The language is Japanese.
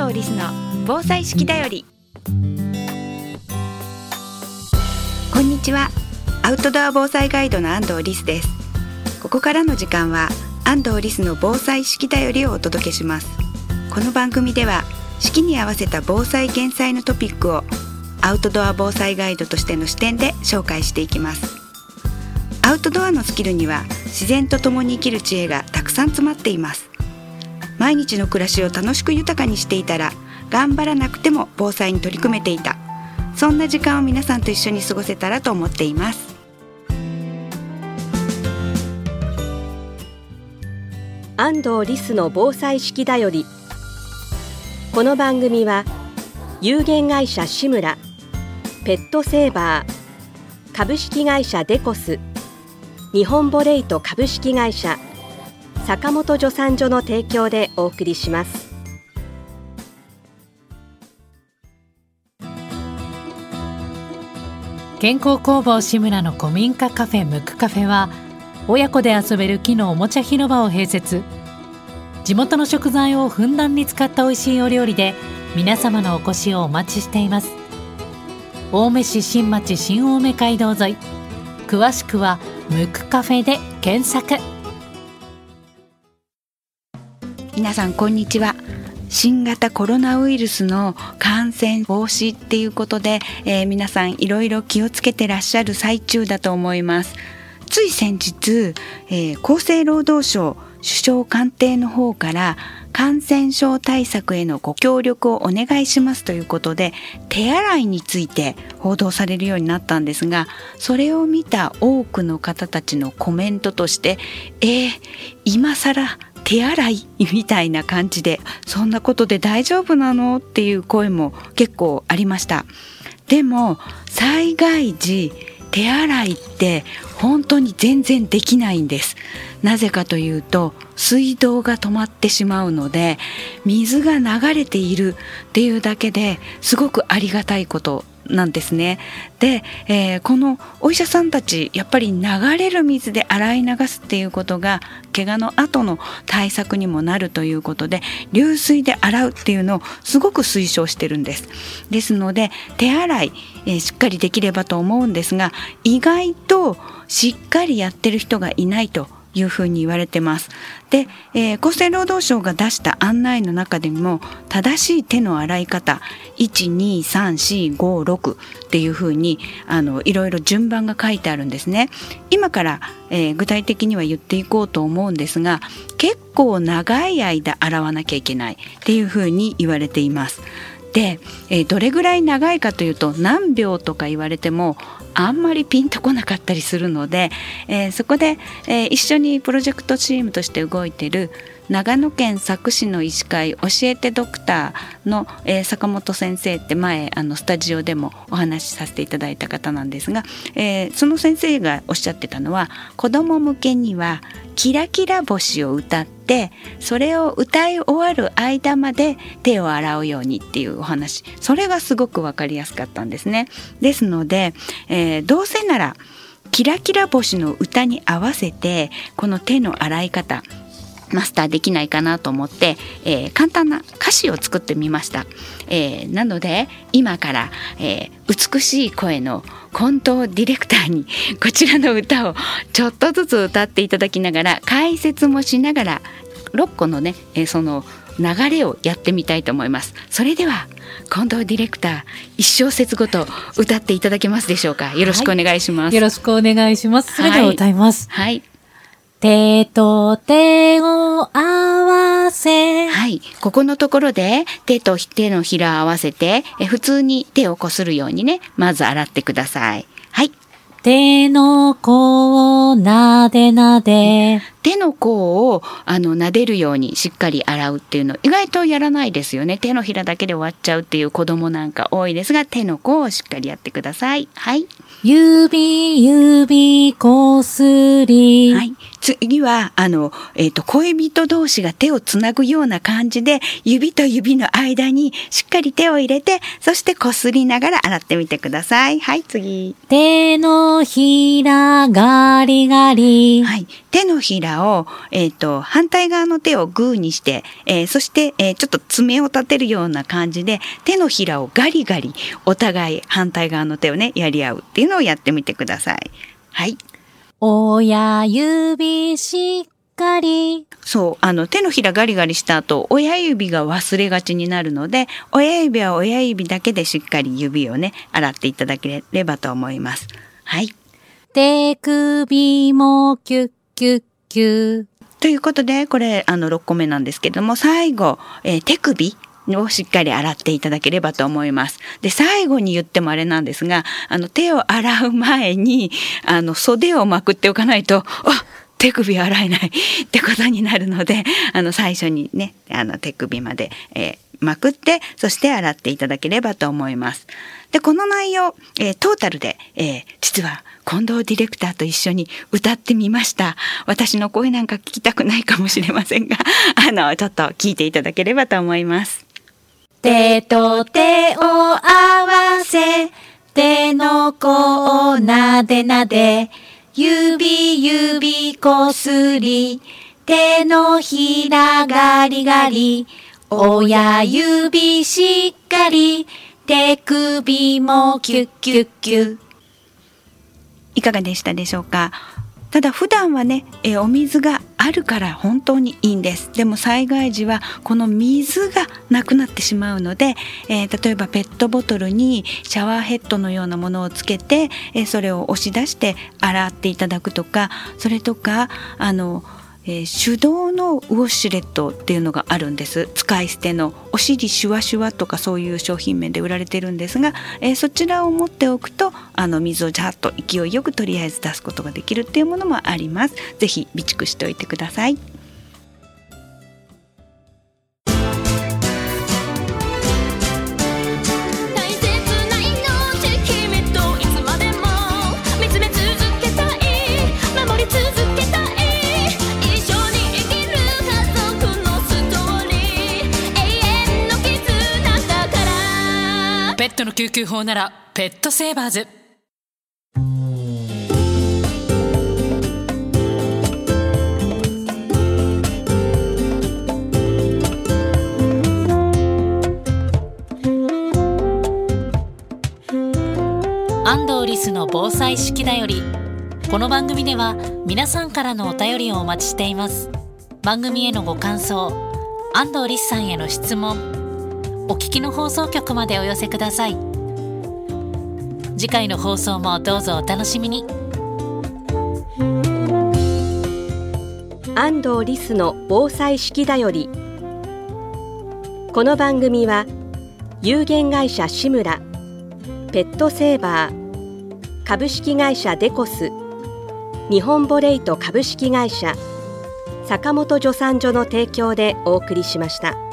藤リスの防災式だより。こんにちは。アウトドア防災ガイドの安藤リスです。ここからの時間は安藤リスの防災式だよりをお届けします。この番組では四季に合わせた防災減災のトピックをアウトドア防災ガイドとしての視点で紹介していきます。アウトドアのスキルには自然と共に生きる知恵がたくさん詰まっています。毎日の暮らしを楽しく豊かにしていたら頑張らなくても防災に取り組めていた、そんな時間を皆さんと一緒に過ごせたらと思っています。 安藤リスの防災式だより。この番組は有限会社志村、ペットセーバー、株式会社デコス、日本ボレイト株式会社、坂本助産所の提供でお送りします。 健康工房志村の古民家カフェムクカフェは、親子で遊べる木のおもちゃ広場を併設。地元の食材をふんだんに使った美味しいお料理で皆様のお越しをお待ちしています。青梅市新町新青梅街道沿い、詳しくはムクカフェで検索。 皆さんこんにちは。新型コロナウイルスの感染防止っていうことで、皆さんいろいろ気をつけてらっしゃる最中だと思います。つい先日、厚生労働省首相官邸の方から感染症対策へのご協力をお願いしますということで、手洗いについて報道されるようになったんですが、それを見た多くの方たちのコメントとして、今更手洗いみたいな感じで、そんなことで大丈夫なのっていう声も結構ありました。でも災害時手洗いって本当に全然できないんです。なぜかというと、水道が止まってしまうので、水が流れているっていうだけですごくありがたいことなんですね。で、このお医者さんたち、やっぱり流れる水で洗い流すっていうことが怪我の後の対策にもなるということで、流水で洗うっていうのをすごく推奨してるんです。ですので手洗い、しっかりできればと思うんですが、意外としっかりやってる人がいないというふうに言われてます。で、厚生労働省が出した案内の中でも、正しい手の洗い方 1,2,3,4,5,6 っていうふうにいろいろ順番が書いてあるんですね。今から、具体的には言っていこうと思うんですが、結構長い間洗わなきゃいけないっていうふうに言われています。で、どれぐらい長いかというと、何秒とか言われてもあんまりピンとこなかったりするので、そこで、一緒にプロジェクトチームとして動いている長野県佐久市の医師会教えてドクターの、坂本先生って前スタジオでもお話しさせていただいた方なんですが、その先生がおっしゃってたのは、子ども向けにはキラキラ星を歌って、それを歌い終わる間まで手を洗うようにっていうお話、それがすごく分かりやすかったんですね。ですので、どうせならキラキラ星の歌に合わせてこの手の洗い方マスターできないかなと思って、簡単な歌詞を作ってみました。なので今から、美しい声の近藤ディレクターにこちらの歌をちょっとずつ歌っていただきながら、解説もしながら6個のね、その流れをやってみたいと思います。それでは近藤ディレクター、1小節ごと歌っていただけますでしょうか。よろしくお願いします。 よろしくお願いします。それでは歌います。 はい、 手と手を合わせ。 はい、ここのところで手と手のひらを合わせて、普通に手をこするようにね、まず洗ってください。はい。 手の甲をなでなで。 手の甲を撫でるようにしっかり洗うっていうの意外とやらないですよね。手のひらだけで終わっちゃうっていう子供なんか多いですが、手の甲をしっかりやってください。はい。 指こすり。 はい。次は恋人同士が手をつなぐような感じで、指と指の間にしっかり手を入れて、そしてこすりながら洗ってみてください。はい、次。 手のひらガリガリ。 はい。手のひららを、反対側の手をグーにして、そして、ちょっと爪を立てるような感じで手のひらをガリガリお互い反対側の手をねやり合うっていうのをやってみてください。はい。 親指しっかり。 そう、手のひらガリガリした後、親指が忘れがちになるので、親指は親指だけでしっかり指をね洗っていただければと思います。はい。 手首もキュッキュッキュ。 ということで、これ6個目なんですけども、最後、手首をしっかり洗っていただければと思います。で、最後に言ってもあれなんですが、手を洗う前に袖をまくっておかないと、手首洗えないってことになるので、最初にね手首まで、まくって、そして洗っていただければと思います。で、この内容、トータルで、実は近藤ディレクターと一緒に歌ってみました。私の声なんか聞きたくないかもしれませんが、ちょっと聞いていただければと思います。 手と手を合わせ、手の甲をなでなで、指こすり、手のひらガリガリ、親指しっかり、手首もキュッキュッキュ。 いかがでしたでしょうか。ただ普段はね、お水があるから本当にいいんです。でも災害時はこの水がなくなってしまうので、例えばペットボトルにシャワーヘッドのようなものをつけて、それを押し出して洗っていただくとか、それとか手動のウォッシュレットっていうのがあるんです。使い捨てのお尻シュワシュワとかそういう商品名で売られてるんですが、そちらを持っておくと水をジャーッと勢いよくとりあえず出すことができるっていうものもあります。ぜひ備蓄しておいてください。 ペットの救急法ならペットセーバーズ。安藤リスの防災式だより。この番組では皆さんからのお便りをお待ちしています。番組へのご感想、安藤リスさんへの質問、お聞きの放送局までお寄せください。次回の放送もどうぞお楽しみに。 安藤リスの防災式だより。この番組は有限会社志村、ペットセーバー、株式会社デコス、日本ボレイト株式会社、坂本助産所の提供でお送りしました。